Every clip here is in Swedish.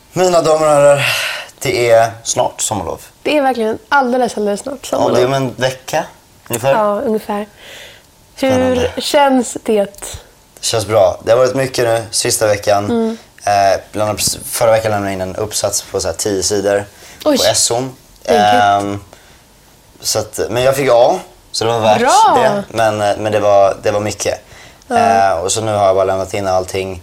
Mina damer och herrar, det är snart sommarlov. Det är verkligen alldeles snart sommarlov. Ja, det är om en vecka ungefär. Ja, ungefär. Spännande. Hur känns det? Det känns bra. Det har varit mycket nu, sista veckan. Förra veckan lämnade jag in en uppsats på så här 10 sidor på SOM. Så att, men jag fick A, så det var värt det. Men det var mycket. Och så nu har jag bara lämnat in allting.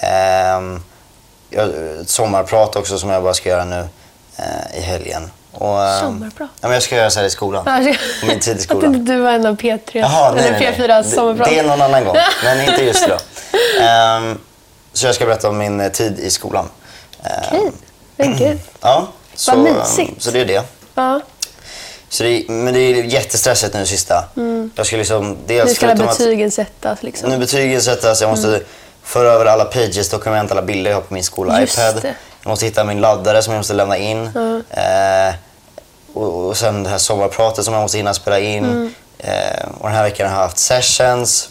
Ett sommarprat också som jag bara ska göra nu i helgen. Och, sommarprat? Ja, men jag ska göra så här i skolan. På min tid i skolan. Att inte du var en av P3 Jaha, eller P4 sommarprat. Det är någon annan gång, men inte just då. Så jag ska berätta om min tid i skolan. Okej, men gud. Ja, vad mysigt. Så det är det. Ja. Men det är jättestressigt nu sista. Jag ska liksom dels nu ska betygen sättas liksom. Nu betygen sättas, jag måste föra över alla pages, dokument, alla bilder jag har på min iPad. Jag måste hitta min laddare som jag måste lämna in. Och sen det här sommarpratet som jag måste hinna spela in. Och den här veckan har jag haft sessions.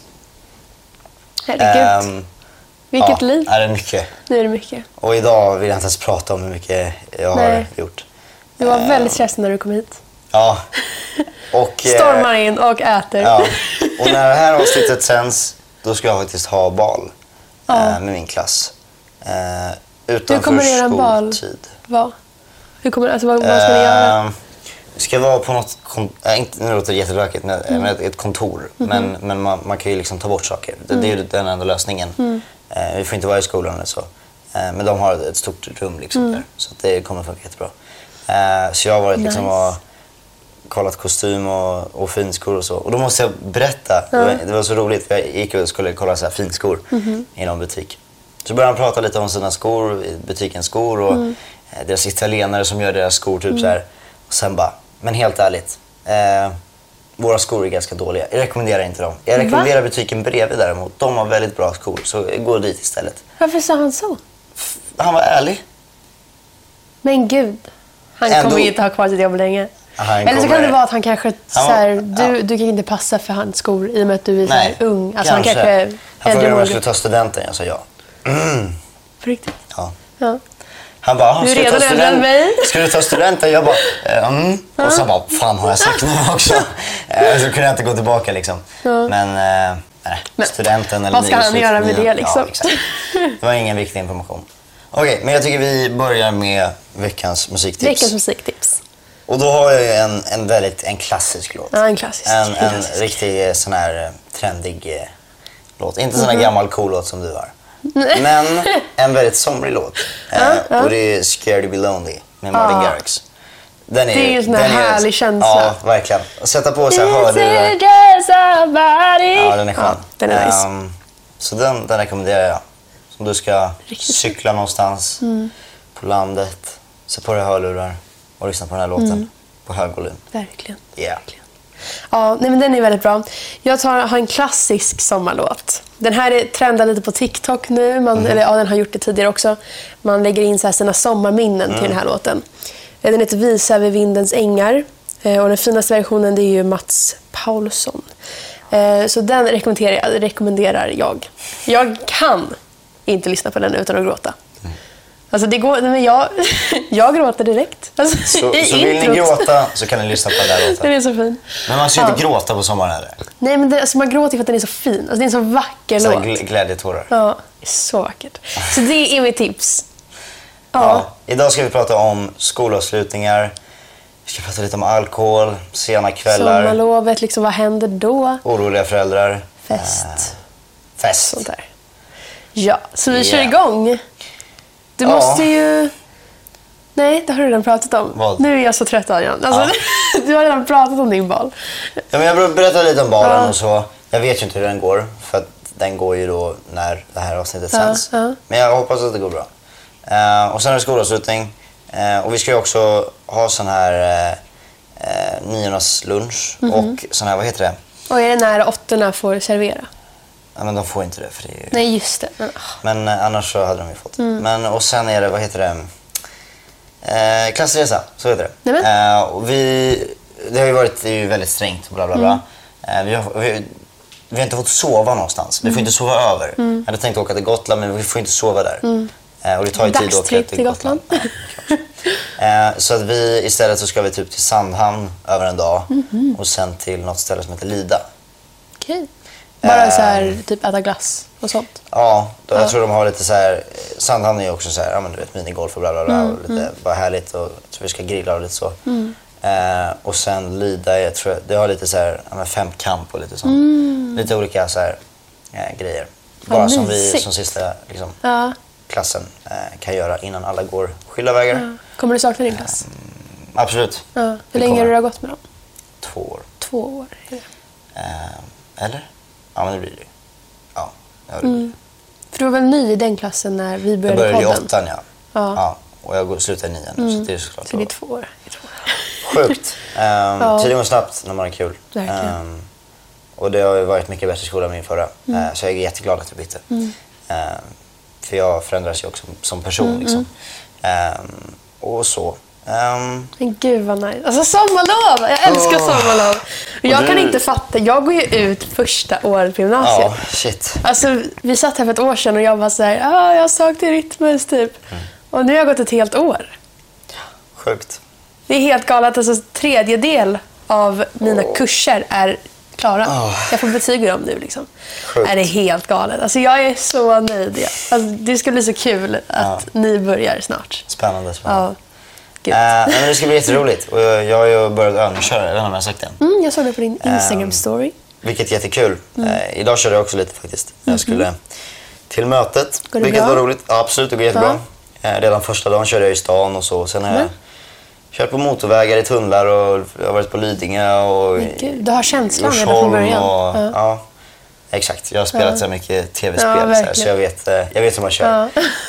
Herregud. Vilket liv. Ja, det är mycket. Nu är det mycket. Och idag vill jag inte ens prata om hur mycket jag har gjort. Du var väldigt stressad när du kom hit. Ja. Och, stormar in och äter. Ja. Och när det här avsnittet sänds, då ska jag faktiskt ha bal med min klass. Utanför skoltid. Vad? Hur kommer, alltså, vad ska ni göra? Det ska vara på något, nu låter det jättelökigt, men ett kontor. Men man kan ju liksom ta bort saker. Det är ju den enda lösningen. Vi får inte vara i skolan eller så. Men de har ett stort rum liksom där. Så att det kommer funka jättebra. Så jag har varit liksom och kollat kostym och finskor och så. Och då måste jag berätta, det var så roligt för jag gick och skulle kolla så här finskor i någon butik. Så började han prata lite om sina skor, butikens skor och deras italienare som gör deras skor typ så här. Och sen bara, men helt ärligt, våra skor är ganska dåliga. Jag rekommenderar inte dem. Jag rekommenderar butiken bredvid däremot. De har väldigt bra skor, så gå dit istället. Varför sa han så? Han var ärlig. Men gud, han kommer inte ha kvar sitt jobb länge. Eller så kan det vara att han kanske du kan inte passa för hans skor i och med att du är så här ung. Alltså han kanske frågade om jag skulle ta studenten, jag sa ja. På riktigt? Ja. Han bara, ska du ta studenten? Jag bara, och så bara, fan har jag sagt nu också? Så kunde jag inte gå tillbaka liksom. Men studenten eller vad ska han göra med det liksom? Ja, det var ingen viktig information. Okej, men jag tycker vi börjar med veckans musiktips. Och då har jag en klassisk låt. Ja, en klassisk. En riktig sån här trendig låt. Inte sån här gammal cool låt som du har. Men en väldigt somrig låt. Och det är Scared to be Lonely med Martin Garrix. Det är ju en härlig känsla. Ja, verkligen. Och sätta på sig hörlurar. Ja, den är skön. Den är nice. Så den rekommenderar jag. Om du ska cykla någonstans på landet, sätt på dig hörlurar och lyssna på den här låten på hög volym. Verkligen. Yeah. Ja, nej, men den är väldigt bra. Jag har en klassisk sommarlåt. Den här trendar lite på TikTok nu. Den har gjort det tidigare också. Man lägger in så här sina sommarminnen till den här låten. Den heter Visa över vindens ängar. Och den finaste versionen det är ju Mats Paulsson. Så den rekommenderar jag. Jag kan inte lyssna på den utan att gråta. Alltså det går, men jag gråter direkt. Alltså, så vill ni gråta så kan ni lyssna på den där låten. Den är så fin. Men man ska inte gråta på sommaren heller. Nej, men man gråter för att den är så fin. Alltså, det är en så vacker låt. Glädjetårar. Ja, det är så vackert. Så det är mitt tips. Ja. Idag ska vi prata om skolavslutningar. Vi ska prata lite om alkohol, sena kvällar. Sommarlovet, liksom, vad händer då? Oroliga föräldrar. Fest. Sånt där. Ja, så vi kör igång. Du måste ju... Nej, det har du redan pratat om. Vad? Nu är jag så trött, Adrian. Alltså, du har redan pratat om din bal. Ja, men jag berättar lite om balen och så. Jag vet ju inte hur den går. För att den går ju då när det här avsnittet sänds. Men jag hoppas att det går bra. Och sen är det skolavslutning. Och vi ska ju också ha sån här 9:ornas lunch. Och sån här, vad heter det? Och är det när 8:orna får servera? Ja, men de får inte det. För det är ju... Nej, just det. Men annars så hade de ju fått det. Men, och sen är det, vad heter det? Klassresa, så heter det. Och det har ju varit väldigt strängt, bla bla bla. Vi har inte fått sova någonstans. Vi får inte sova över. Jag hade tänkt åka till Gotland, men vi får inte sova där. Och det tar ju tid att åka Dagstripp till Gotland. Så att vi istället så ska vi typ till Sandhamn över en dag. Och sen till något ställe som heter Lida. Okej. Bara så här, typ äta glass och sånt? Ja, jag tror de har lite så här. Sandhamn är ju också så här, ja men du vet, minigolf och bla bla bla. Och lite bara härligt, och jag tror vi ska grilla och lite så. Och sen Lida, jag tror det har lite så här, ja men femkamp och lite sånt. Lite olika så här grejer. Bara som vi som sista liksom, klassen kan göra innan alla går skilda vägar. Kommer du sakna din klass? Absolut. Hur länge har du gått med dem? 2 år. 2 år? Eller? Ja, men det blir det. Ja, det blir. För du var väl ny i den klassen när vi började podden? Jag började podden? i 8:an, ja. Och jag slutar i 9:an nu, så det är såklart. Så det är 2 år. Sjukt. Tiden går snabbt när man är kul. Och det har ju varit mycket bättre skola än min förra. Så jag är jätteglad att jag bytte. För jag förändras ju också som person. Liksom. Och så. Men gud vad nice. Alltså sommarlov! Jag älskar sommarlov. Jag kan inte fatta. Jag går ju ut första året på gymnasiet. Shit. Alltså, vi satt här för ett år sedan och jag var så här, jag sökte Rytmus typ. Och nu har jag gått ett helt år. Sjukt. Det är helt galet. Alltså, 1/3 av mina kurser är klara. Jag får betyg i dem nu liksom. Är det helt galet. Alltså, jag är så nöjd. Alltså, det ska bli så kul att ni börjar snart. Spännande. Ja. Men det ska bli jätteroligt. Och jag har ju börjat övningsköra, jag vet inte om jag har sagt det. Jag såg det på din Instagram-story. Vilket är jättekul. Idag körde jag också lite faktiskt. Jag skulle till mötet, vilket var roligt. Ja, absolut, det går jättebra. Redan första dagen körde jag i stan och så. Sen har jag kört på motorvägar i tunnlar och jag har varit på Lidingö och du har känslan redan från början. Ja, exakt. Jag har spelat så mycket tv-spel så jag vet hur man kör.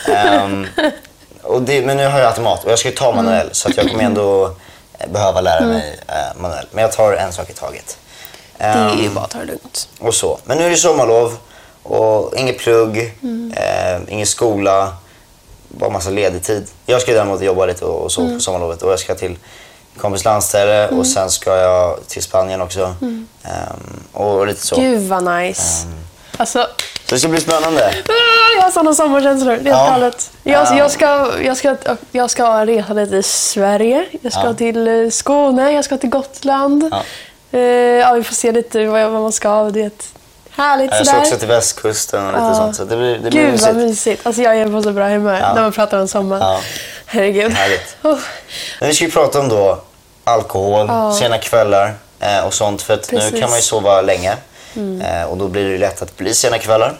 Men nu har jag automat och jag ska ju ta manuell så att jag kommer ändå behöva lära mig manuell. Men jag tar en sak i taget. Det är ju bara att ta det lugnt. Och så. Men nu är det sommarlov och inget plugg, ingen skola, bara massa ledig tid. Jag ska däremot jobba lite och så på sommarlovet och jag ska till kompis landställe och sen ska jag till Spanien också. Och lite så. Gud vad nice. Alltså... Så det ska bli spännande. Jag har sådana sommarkänslor. Det är galet. Jag ska resa lite i Sverige. Jag ska till Skåne. Jag ska till Gotland. Vi får se lite vad man ska. Det är härligt jag ska också till västkusten och lite sånt. Så det blir Gud mysigt. vad mysigt. Alltså jag är på så bra humör när man pratar om sommar. Herregud. Härligt. Men vi ska ju prata om då alkohol, sena kvällar och sånt. För att nu kan man ju sova länge. Och då blir det lätt att bli sena kvällar.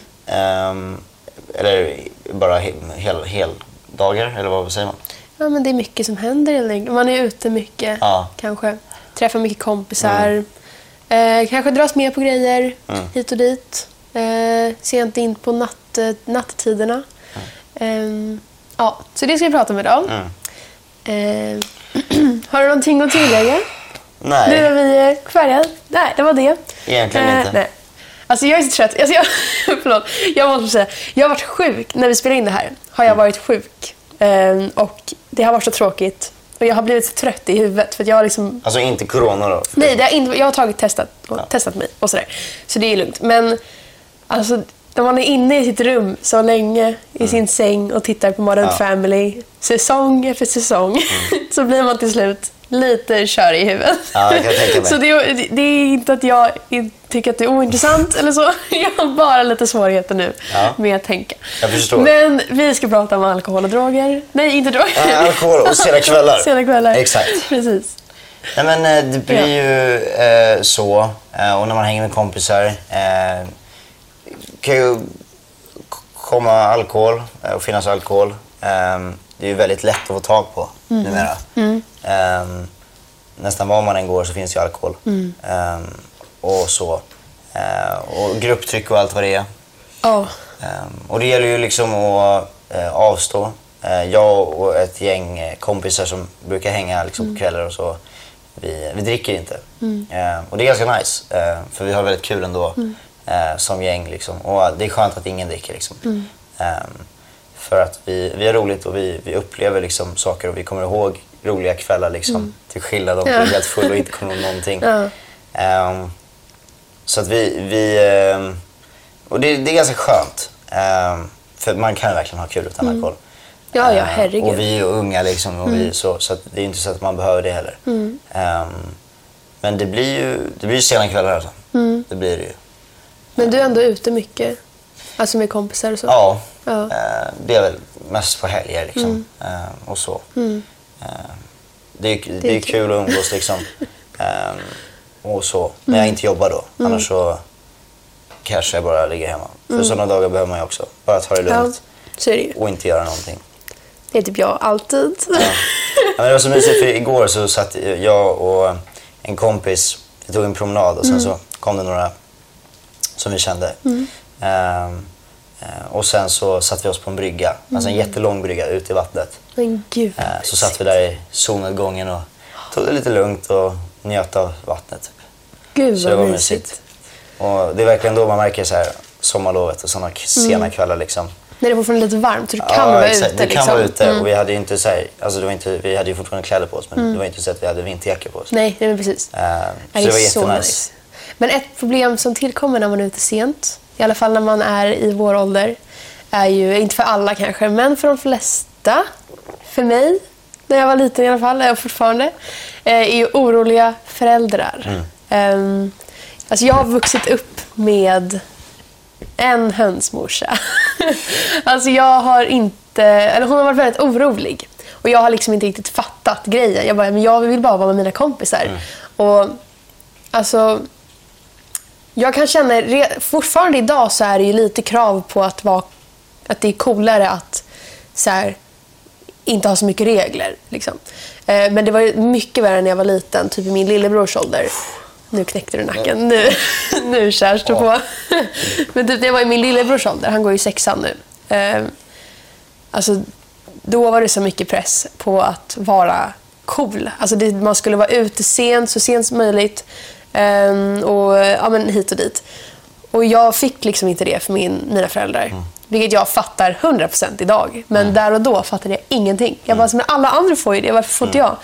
Eller bara heldagar, eller vad säger man? Ja, men det är mycket som händer. Man är ute mycket, kanske. Träffar mycket kompisar. Kanske dras med på grejer hit och dit. Sent in på nattiderna. Så det ska vi prata om idag. Har du någonting att tillägga? Nej. Nu är vi färdiga. Nej, det var det. Egentligen inte. Nej. Alltså jag är så trött. Alltså förlåt. Jag måste säga. Jag har varit sjuk. När vi spelade in det här har jag varit sjuk. Och det har varit så tråkigt. Och jag har blivit så trött i huvudet. För att jag har liksom... Alltså inte corona då? Nej, jag har testat mig och sådär. Så det är lugnt. Men alltså, när man är inne i sitt rum så länge i sin säng och tittar på Modern Family säsong efter säsong så blir man till slut lite kör i huvudet. Ja, jag kan tänka mig. Så det är inte att jag tycker att det är ointressant eller så. Jag har bara lite svårigheter nu med att tänka. Jag förstår. Men vi ska prata om alkohol och droger. Nej, inte droger. Alkohol och sena kvällar. Sena kvällar. Exakt. Precis. Nej, men det blir ju så. Och när man hänger med kompisar kan ju komma alkohol och finnas alkohol. Det är ju väldigt lätt att få tag på numera. Nästan var man än går så finns ju alkohol. Och så. Och grupptryck och allt vad det är. Och det gäller ju liksom att avstå. Jag och ett gäng kompisar som brukar hänga liksom på kvällar och så. Vi dricker inte. Och det är ganska nice. För vi har väldigt kul ändå. Som gäng liksom. Och det är skönt att ingen dricker liksom. För att vi har roligt och vi upplever liksom saker och vi kommer ihåg roliga kvällar liksom. Till skillnad om vi är helt full och inte kommer ihåg någonting. Så att och det är ganska skönt. för man kan verkligen ha kul utan alkohol. Ja, herregud. Och vi är unga liksom, och så att det är inte så att man behöver det heller. Men det blir ju sena kvällar alltså. Det blir det ju. Men du är ändå ute mycket? Alltså med kompisar och så? Ja. Det är väl mest på helger liksom. Och så. Det är kul att umgås liksom. Och så. När jag inte jobbar då. Annars så kanske jag bara ligger hemma. För sådana dagar behöver man ju också. Bara ta det lugnt. Så är det ju. Och inte göra någonting. Det är typ jag alltid. Ja. Men det var så mysigt, för igår så satt jag och en kompis, vi tog en promenad och sen så kom det några som vi kände. Och sen så satt vi oss på en brygga, alltså en jättelång brygga ute i vattnet. Men gud. Så satt vi där i solnedgången och tog det lite lugnt och njöt av vattnet. Typ. Gud så det var vad mysigt. Och det är verkligen då man märker så här sommarlovet och sådana sena kvällar liksom. När det är fortfarande lite varmt så du kan vara exakt. ute. Det kan vara ute och vi hade ju inte så här, alltså det var inte, vi hade ju fortfarande kläder på oss men det var inte så att vi hade vinterjackor på oss. Nej, men precis. Så det var jättenice. Nice. Men ett problem som tillkommer när man är ute sent, i alla fall när man är i vår ålder, är ju, inte för alla kanske, men för de flesta, för mig, när jag var liten i alla fall, är jag fortfarande, är ju oroliga föräldrar. Alltså jag har vuxit upp med en hönsmorsa. Alltså jag har inte, eller hon har varit väldigt orolig. Och jag har liksom inte riktigt fattat grejen. Jag bara, men jag vill bara vara med mina kompisar. Och alltså, jag kan känna, fortfarande idag så är det ju lite krav på att det är coolare att så här, inte ha så mycket regler. Liksom. Men det var ju mycket värre när jag var liten, typ i min lillebrors ålder. Nu knäckte du nacken. Nu körs du på. Men typ, det var i min lillebrors ålder. Han går ju 6:an nu. Alltså, då var det så mycket press på att vara cool. Alltså man skulle vara ute sent, så sent som möjligt. Och ja, men hit och dit. Och jag fick liksom inte det för mina föräldrar. Vilket jag fattar 100% idag. Men där och då fattade jag ingenting. Jag bara, men alla andra får ju det. Varför får inte jag?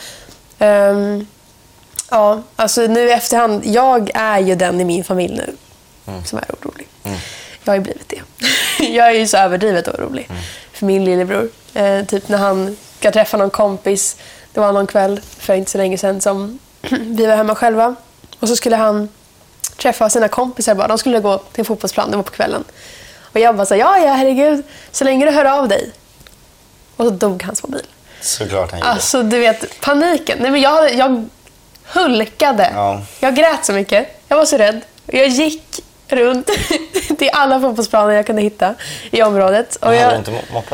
Ja, alltså nu i efterhand, jag är ju den i min familj nu som är orolig. Jag har ju blivit det. Jag är ju så överdrivet orolig för min lillebror. Typ när han ska träffa någon kompis, det var någon kväll för inte så länge sedan som vi var hemma själva. Och så skulle han träffa sina kompisar bara. De skulle gå till en fotbollsplan, det var på kvällen. Och jag bara så ja herregud, så länge du hör av dig. Och så dog hans mobil. Såklart han gjorde. Alltså du vet, paniken. Nej men jag hulkade. Ja. Jag grät så mycket. Jag var så rädd. Jag gick runt till alla fotbollsplaner jag kunde hitta i området. Och hade du inte moppe?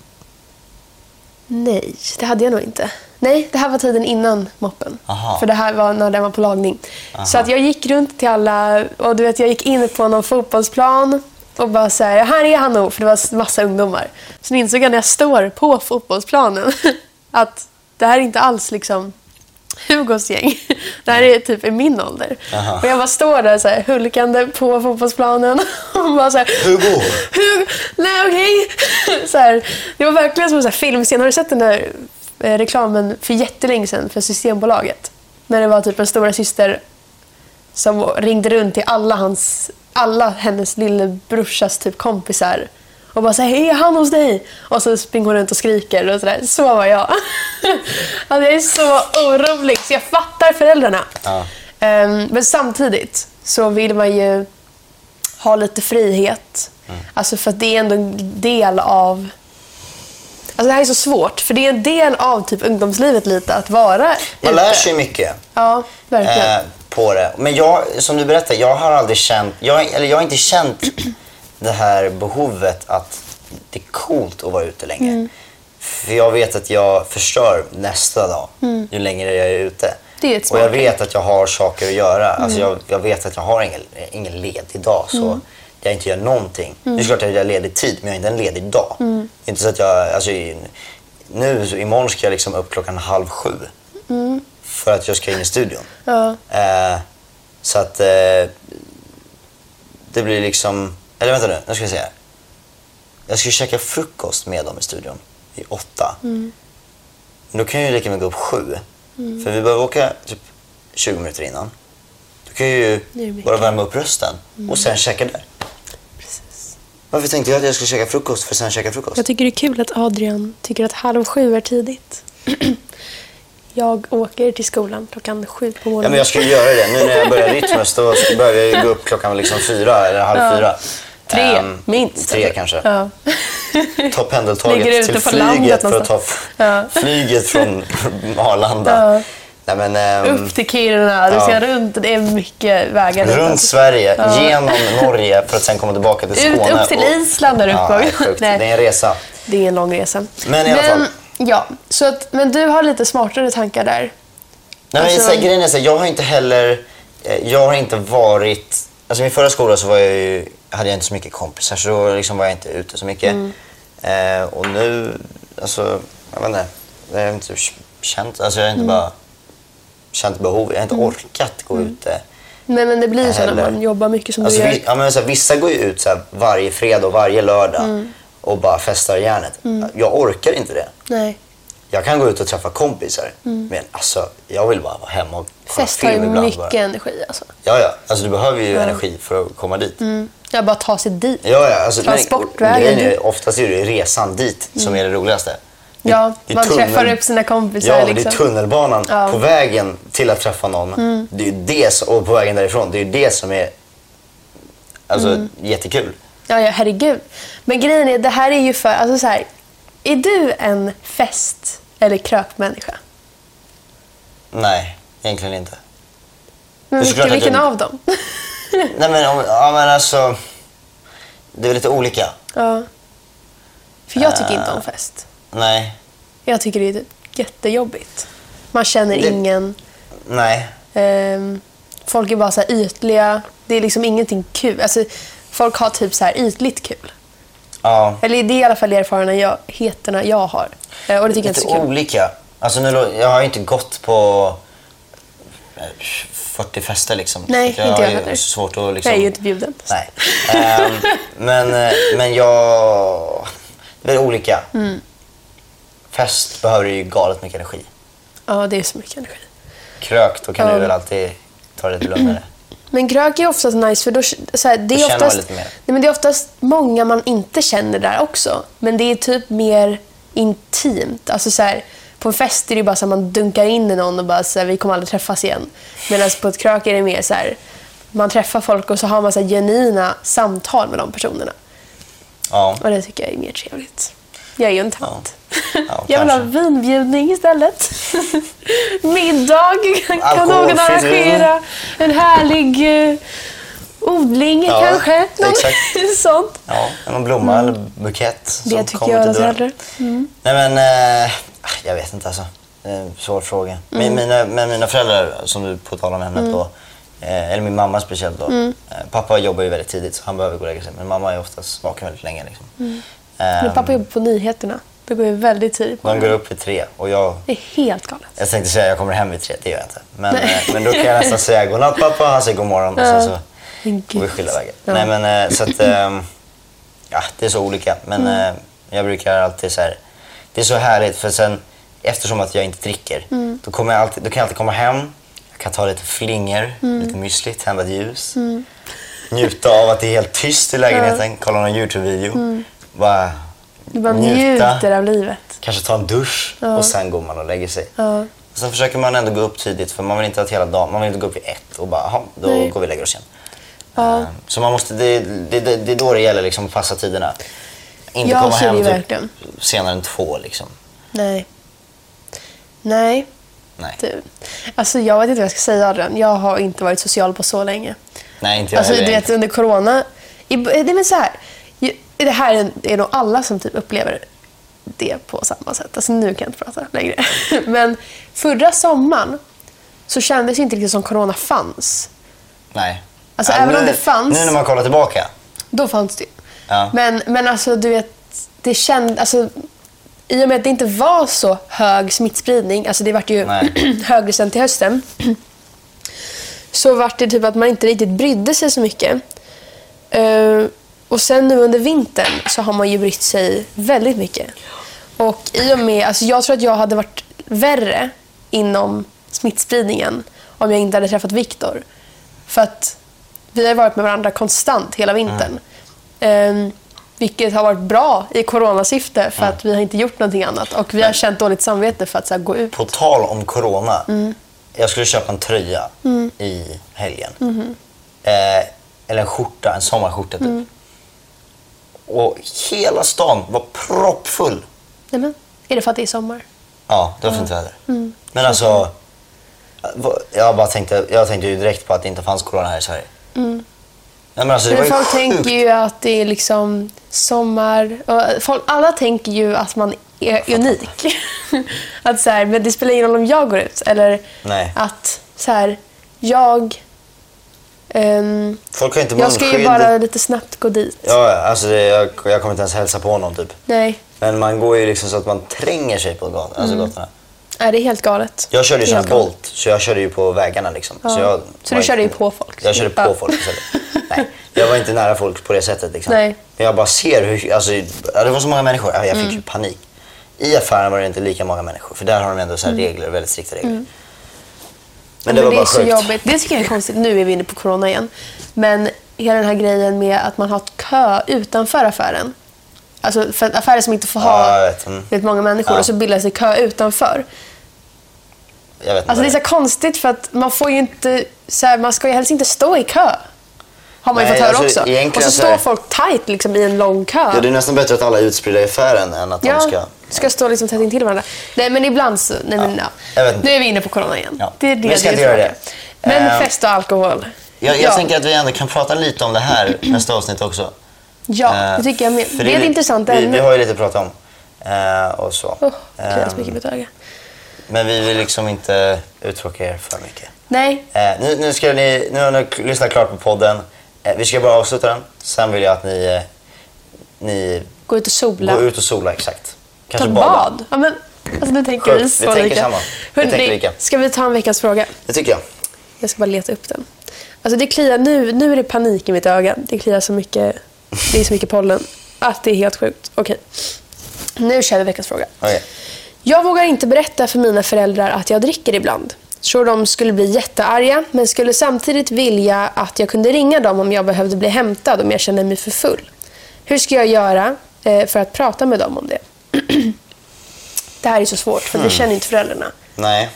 Nej, det hade jag nog inte. Nej, det här var tiden innan moppen. Aha. För det här var när den var på lagning. Så att jag gick runt till alla, och du vet, jag gick in på någon fotbollsplan och bara så här är han nog, för det var massa ungdomar. Så insåg jag när jag står på fotbollsplanen att det här är inte alls liksom Hugos gäng. Det här är typ i min ålder. Och jag bara står där så här hulkande på fotbollsplanen och bara så här, Hugo, nej okej. Så här, det var verkligen som en så här filmscen. Har du sett den där reklamen för jättelänge sedan för Systembolaget? När det var typ en stora syster som ringde runt till alla hennes lillebrorsas typ kompisar och bara säger, hej, är han hos dig? Och så springer hon runt och skriker och sådär. Så var jag. Alltså, jag är så orolig. Så jag fattar föräldrarna. Ja. Men samtidigt så vill man ju ha lite frihet. Alltså för att det är ändå en del av... Alltså det här är så svårt. För det är en del av typ ungdomslivet lite att vara Man lär sig mycket. Ja, verkligen. På det. Men jag, som du berättar, jag har aldrig känt... Jag har inte känt det här behovet att det är coolt att vara ute länge. För jag vet att jag förstör nästa dag ju längre jag är ute. Det är ett och jag vet att jag har saker att göra. Alltså jag vet att jag har ingen ledig dag så jag inte gör någonting. Det är klart att jag har ledig tid, men jag har inte en ledig dag. Det är inte så att jag... Alltså, imorgon ska jag liksom upp 6:30 för att jag ska in i studion. Ja. Så att det blir liksom... Eller vänta nu ska jag säga. Jag ska käka frukost med dem i studion i 8. Men då kan jag ju lika mycket gå upp 7. För vi behöver åka typ 20 minuter innan. Då kan jag ju bara värma upp rösten och sen käka där. Precis. Varför tänkte jag att jag skulle käka frukost för sen käka frukost? Jag tycker det är kul att Adrian tycker att 6:30 är tidigt. Jag åker till skolan 7:00 på morgonen. Ja, men jag skulle göra det. Nu när jag börjar Rytmus då börjar jag gå upp klockan liksom 4 eller 3:30. 3, minst. 3 kanske. Ja. Ta pendeltåget till flyget för att ta flyget från Arlanda. Ja. Nej, men, upp till Kiruna, du ska runt, det är mycket vägar. Runt Sverige, genom Norge för att sen komma tillbaka till Skåne. Upp till Island där uppe. Ja, det är en resa. Det är en lång resa. Men i alla fall. Ja, så att, men du har lite smartare tankar där. Nej, men grejen är så, jag har inte varit, alltså min förra skola så hade jag inte så mycket kompisar så då liksom var jag inte ute så mycket. Och nu, alltså, jag vet inte, jag har inte känt, alltså jag har inte bara känt behov, jag har inte orkat gå ute. Nej, men det blir ju så när man jobbar mycket som alltså, du gör. Vissa går ju ut så här varje fredag och varje lördag och bara festar järnet. Jag orkar inte det. Nej. Jag kan gå ut och träffa kompisar, men alltså, jag vill bara vara hemma och kolla Fest har film ju ibland. mycket energi alltså. Ja, alltså du behöver ju energi för att komma dit. Jag bara ta sig dit. Ja, alltså, Transportvägen. Oftast är det resan dit som är det roligaste. Ja, man träffar upp sina kompisar. Ja, liksom. det är tunnelbanan på vägen till att träffa någon. Det är det, och på vägen därifrån, det är det som är alltså, jättekul. Ja, herregud. Men grejen är, det här är ju för, alltså så här, är du en fest- eller krökmänniska? Nej, egentligen inte. Men vilken av dem? Nej, men alltså, det är väl lite olika. Ja. För jag tycker inte om fest. Nej. Jag tycker det är jättejobbigt. Man känner ingen. Nej. Folk är bara så här ytliga. Det är liksom ingenting kul. Alltså, folk har typ så här ytligt kul. Ja. Eller det är i alla fall erfarenheterna jag har. Och det tycker jag inte är så kul. Olika. Alltså jag har ju inte gått på 40 fester liksom. Nej, inte jag heller. Det är svårt att liksom... Jag är ju inte bjuden. Nej. Men jag... Det är olika. Fest behöver ju galet mycket energi. Ja, det är så mycket energi. Krök, då kan du väl alltid ta det lite lugnare. Men krök är oftast nice för då, så här, det är oftast, lite mer. Nej, men det är oftast många man inte känner där också. Men det är typ mer intimt. Alltså så här, på en fest är det bara så att man dunkar in i någon och bara så här, vi kommer aldrig träffas igen. Medan på ett krök är det mer så här, man träffar folk och så har man så här genuina samtal med de personerna. Ja. Och det tycker jag är mer trevligt. Jag är ju en tant. Ja, jag vill ha vinbjudning istället. Middag. Kan någon arrangera en härlig odling kanske? Exakt. Sånt. Ja, någon blomma eller bukett. Det tycker jag alltså hellre. Nej, men jag vet inte alltså. Svår fråga. Men mina föräldrar, som du på tal om ämnet då, eller min mamma speciellt då. Pappa jobbar ju väldigt tidigt så han behöver gå och lägga sig. Men mamma är oftast vaken väldigt länge liksom. Men pappa jobbar på nyheterna. Det går ju väldigt tidigt. De går upp vid 3 och jag... Det är helt galet. Jag tänkte säga att jag kommer hem vid 3, det gör jag inte. Men då kan jag nästan säga godnatt pappa, han säger god morgon och sen så får vi skilja vägen. Ja. Nej, men så att... ja, det är så olika. Men jag brukar alltid så här... Det är så härligt för sen, eftersom att jag inte dricker, då kan jag alltid komma hem. Jag kan ta lite flingor, lite müsli, tända ett ljus. Njuta av att det är helt tyst i lägenheten, kolla någon YouTube-video. Du bara njuter av livet. Kanske ta en dusch och sen går man och lägger sig. Ja. Sen försöker man ändå gå upp tidigt för man vill inte att hela dagen, man vill inte gå upp vid 1 och bara, då går vi och lägger oss igen. Ja. Så man måste, det är då det gäller liksom att passa tiderna. Inte Ja, komma så är det hem verkligen. senare än 2 liksom. Nej. Du. Alltså jag vet inte vad jag ska säga, Adrian. Jag har inte varit social på så länge. Nej, inte jag alltså, heller. Du vet, under corona... Det är så här. Det här är nog alla som typ upplever det på samma sätt. Alltså nu kan jag inte prata längre. Men förra sommaren så kändes det inte riktigt som corona fanns. Nej. Alltså även om det fanns... Nu när man kollar tillbaka. Då fanns det. Ja. Men alltså du vet, det kändes... Alltså, i och med att det inte var så hög smittspridning, alltså det vart ju högre sen till hösten, så vart det typ att man inte riktigt brydde sig så mycket. Och sen nu under vintern så har man ju brytt sig väldigt mycket. Och i och med, alltså jag tror att jag hade varit värre inom smittspridningen om jag inte hade träffat Viktor. För att vi har varit med varandra konstant hela vintern. Vilket har varit bra i coronasyfte för att vi har inte gjort någonting annat. Och vi har känt dåligt samvete för att så här, gå ut. På tal om corona. Jag skulle köpa en tröja i helgen. Eller en skjorta, en sommarskjorta typ. Och hela stan var proppfull. Nej, men, är det för att det är sommar? Ja, det var fint väder. Men alltså, jag tänkte ju direkt på att det inte fanns corona här i Sverige. Nej, men alltså, det var ju folk sjukt. tänker ju att det är liksom sommar. Och alla tänker ju att man är unik. Att så här, men det spelar ingen roll om jag går ut. Eller Nej. att så här, jag... Folk har inte jag ska ju munskydd. bara lite snabbt gå dit. Ja, alltså jag kommer inte ens hälsa på någon typ. Nej. Men man går ju liksom så att man tränger sig på gatorna. Nej, det är helt galet. Jag körde ju Det är sån här helt galet. Bolt, så jag körde ju på vägarna liksom. Ja. Så du körde ju på folk? Jag körde på folk istället. Nej, jag var inte nära folk på det sättet liksom. Nej. Men jag bara ser hur, alltså, det var så många människor. Jag fick ju panik. I affären var det inte lika många människor, för där har de ändå så här regler, väldigt strikta regler. Men det var det bara är så sjukt. jobbigt. Det tycker jag är konstigt. Nu är vi inne på corona igen. Men hela den här grejen med att man har kö utanför affären. Alltså för affärer som inte får ha jag vet. vet, många människor och så bildas det kö utanför. Jag vet inte Alltså det är vad så konstigt för att man får ju inte så här, man ska ju helst inte stå i kö. Har man ju Nej, fått höra alltså, också. egentligen Och så så står är- folk tight liksom i en lång kö. Ja, det är nästan bättre att alla är utspridda i affären än att de ska stå liksom tätt intill varandra. Nej, men ibland så... Nej, men, jag vet inte. Nu är vi inne på corona igen. Ja. Det är Vi ska inte göra det. Men fest och alkohol. Jag tänker att vi ändå kan prata lite om det här nästa avsnitt också. Ja, det tycker jag med. För Det är ett intressant ämne. Vi har ju lite att prata om. Och så. Kliar så mycket i mitt öga. Men vi vill liksom inte uttråka er för mycket. Nej. Nu har ni lyssnat klart på podden. Vi ska bara avsluta den. Sen vill jag att ni Gå ut och sola. går ut och sola, exakt. Ta Kanske ett bada. bad. Ja, men, alltså, nu tänker Sjukt. vi så Vi tänker lika. samma. Vi Hörrni, tänker lika. ska vi ta en veckans fråga? Det tycker jag. Jag ska bara leta upp den. Alltså det kliar nu är det panik i mitt öga. Det kliar så mycket. Det är så mycket pollen. Att det är helt sjukt. Okej. Nu kör vi veckans fråga. Okej. Jag vågar inte berätta för mina föräldrar att jag dricker ibland. Tror de skulle bli jättearga, men skulle samtidigt vilja att jag kunde ringa dem om jag behövde bli hämtad om jag känner mig för full. Hur ska jag göra för att prata med dem om det? Det här är så svårt, för vi känner inte föräldrarna. Nej.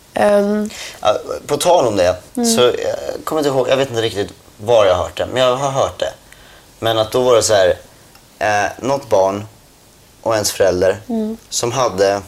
Ja, på tal om det, så jag kommer inte ihåg, jag vet inte riktigt var jag har hört det, men jag har hört det. Men att då var det så här, något barn och ens förälder som hade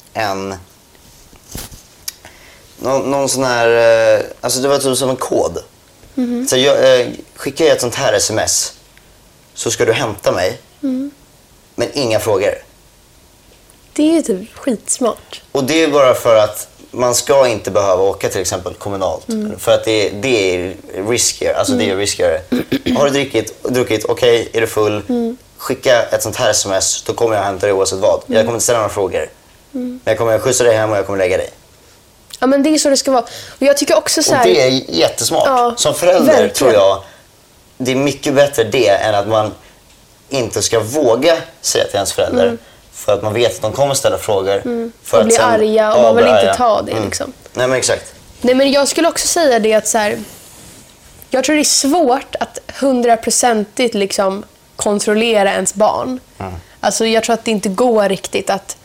någon sån här, alltså det var typ som en kod. Så skickar jag ett sånt här sms så ska du hämta mig, men inga frågor. Det är ju typ skitsmart. Och det är bara för att man ska inte behöva åka till exempel kommunalt. För att det är riskier. Alltså det är riskigare. Har du druckit, okej, är du full? Skicka ett sånt här sms, då kommer jag hämta dig oavsett vad. Jag kommer inte ställa några frågor. Men jag kommer skjutsa dig hem och jag kommer lägga dig. Ja, men det är så det ska vara. Och jag tycker också så här... Och det är jättesmart. Ja, som förälder verkligen. tror jag det är mycket bättre det än att man inte ska våga säga till ens förälder. För att man vet att de kommer ställa frågor. För Och att bli sen arga och man vill bli inte arga. ta det liksom. Nej, men exakt. Nej, men jag skulle också säga det att så här, jag tror det är svårt att 100% liksom kontrollera ens barn. Alltså jag tror att det inte går riktigt att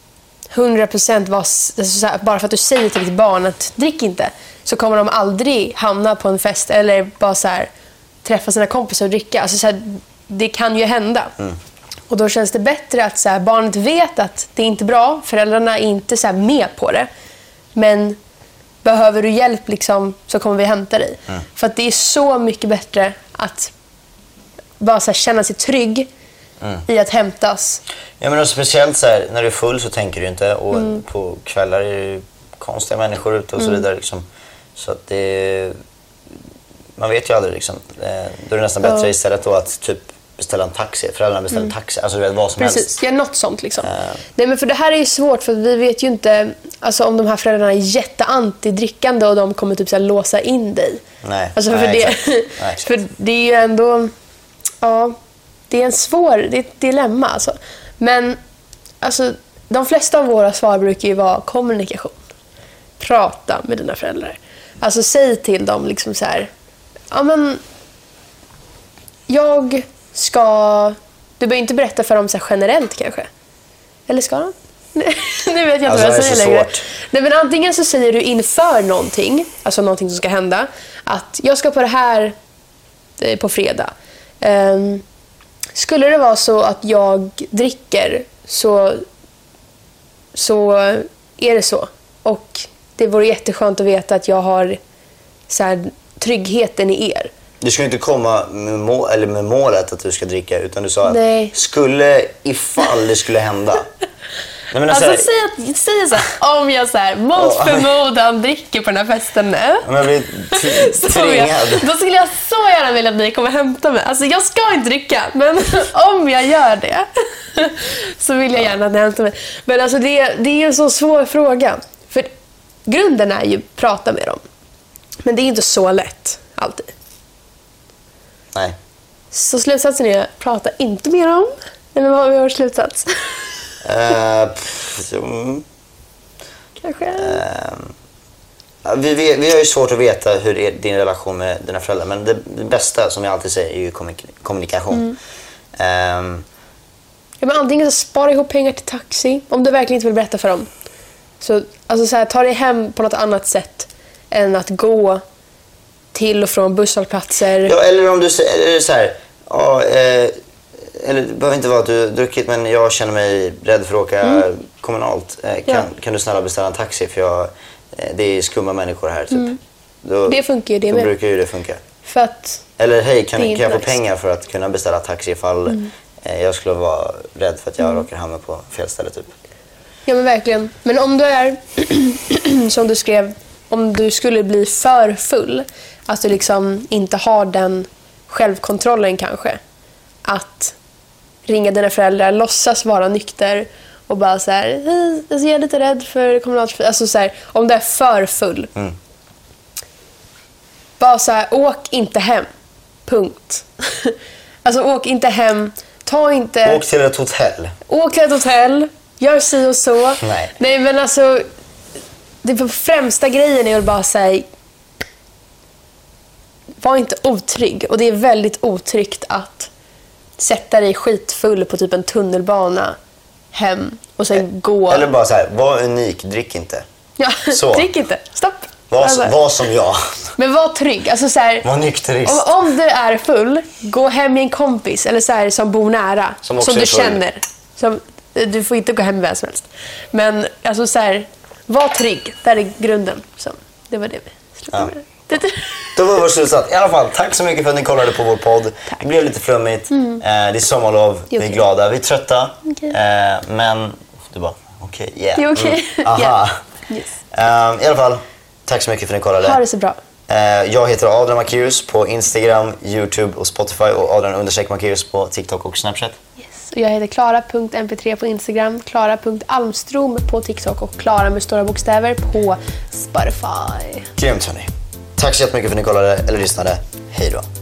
100% vara, alltså så här, bara för att du säger till ditt barn att drick inte, så kommer de aldrig hamna på en fest eller bara så här, träffa sina kompisar och dricka. Alltså så här, det kan ju hända. Och då känns det bättre att så här, barnet vet att det är inte bra. Föräldrarna är inte så här med på det. Men behöver du hjälp liksom, så kommer vi hämta dig. För att det är så mycket bättre att bara så här, känna sig trygg i att hämtas. Ja, men speciellt så här, när du är full så tänker du inte. Och på kvällar är det konstiga människor ute och så vidare. Liksom. Så att det... Man vet ju aldrig liksom. Då är det nästan bättre istället då att typ beställa en taxi. Föräldrarna beställer en taxi. Alltså du vet vad som helst. Precis, ja, något sånt liksom. Nej, men för det här är ju svårt för vi vet ju inte alltså, om de här föräldrarna är jätteantidrickande och de kommer typ så här, låsa in dig. Nej, Alltså, för, nej, det, exakt. Nej, exakt. för det är ju ändå... Ja, det är ett dilemma alltså. Men alltså, de flesta av våra svar brukar ju vara kommunikation. Prata med dina föräldrar. Alltså säg till dem liksom så här... Ja, men... Jag ska Du behöver inte berätta för dem så här generellt kanske. Eller ska de? Nu vet jag inte Alltså, vad jag det är säger så längre. svårt. Nej, men antingen så säger du inför någonting, alltså någonting som ska hända, att jag ska på det här på fredag. Skulle det vara så att jag dricker så är det så. Och det vore jätteskönt att veta att jag har så här, tryggheten i er. Du ska inte komma med målet att du ska dricka, utan du sa Nej. att ifall det skulle hända. Nej, men Alltså säg så här, om jag så här, mot förmodan dricker på den här festen nu. Om jag blir tvingad. Då skulle jag så gärna vilja att ni kommer hämta mig. Alltså jag ska inte dricka, men om jag gör det så vill jag gärna att ni hämtar mig. Men alltså det är en så svår fråga. För grunden är ju prata med dem. Men det är inte så lätt, alltid. Nej. Så slutsatsen är, prata inte med dem. Eller vad har vi för slutsats? Kanske. Vi har ju svårt att veta hur är din relation med dina föräldrar, men det bästa som jag alltid säger är ju kommunikation. Ja, men antingen så spara ihop pengar till taxi, om du verkligen inte vill berätta för dem. Så, alltså så här, ta dig hem på något annat sätt än att gå till och från busshållplatser. Ja, eller om du säger så här, eller det behöver inte vara att du har druckit, men jag känner mig rädd för att åka kommunalt. Kan du snälla beställa en taxi, för det är skumma människor här typ. Det funkar ju det då med. brukar ju det funka. För att Eller hej, kan jag få nice. pengar för att kunna beställa taxi ifall jag skulle vara rädd för att jag råkar hamna på fel ställe typ. Ja, men verkligen. Men om du är, som du skrev, om du skulle bli för full, att du liksom inte har den självkontrollen kanske, att ringa dina föräldrar, låtsas vara nykter och bara så här, jag är lite rädd för kommunalt, alltså så här, om du är för full, bara så här, åk inte hem, punkt. Alltså åk inte hem, Åk till ett hotell. Åk till ett hotell, gör si och så. Nej, men alltså, det främsta grejen är att bara säga, var inte otrygg. Och det är väldigt otryggt att sätta dig skitfull på typ en tunnelbana hem och sen gå. Eller bara så här, var unik, drick inte. Ja, så. drick inte, stopp. Var som jag. Men var trygg. Alltså så här, var nykterist. om du är full, gå hem med en kompis eller så här, som bor nära. Som du känner. Du får inte gå hem vem som helst. Men alltså så här, var trygg. Där är grunden. Så, det var det vi slutade med. Då var vår slutsats. I alla fall, tack så mycket för att ni kollade på vår podd. Tack. Det blev lite flummigt. Det är sommarlov. Vi är glada. Vi är trötta. Men du bara, okej. Det är okej. Aha. Yes. I alla fall, tack så mycket för att ni kollade. Ha det så bra. Jag heter Adrian Macéus på Instagram, YouTube och Spotify, och Adrian_Macéus på TikTok och Snapchat. Yes. Och jag heter Klara.mp3 på Instagram, Klara.Almstrom på TikTok och Klara med stora bokstäver på Spotify. Grymt hörni. Tack så jättemycket för att ni kollade eller lyssnade. Hej då.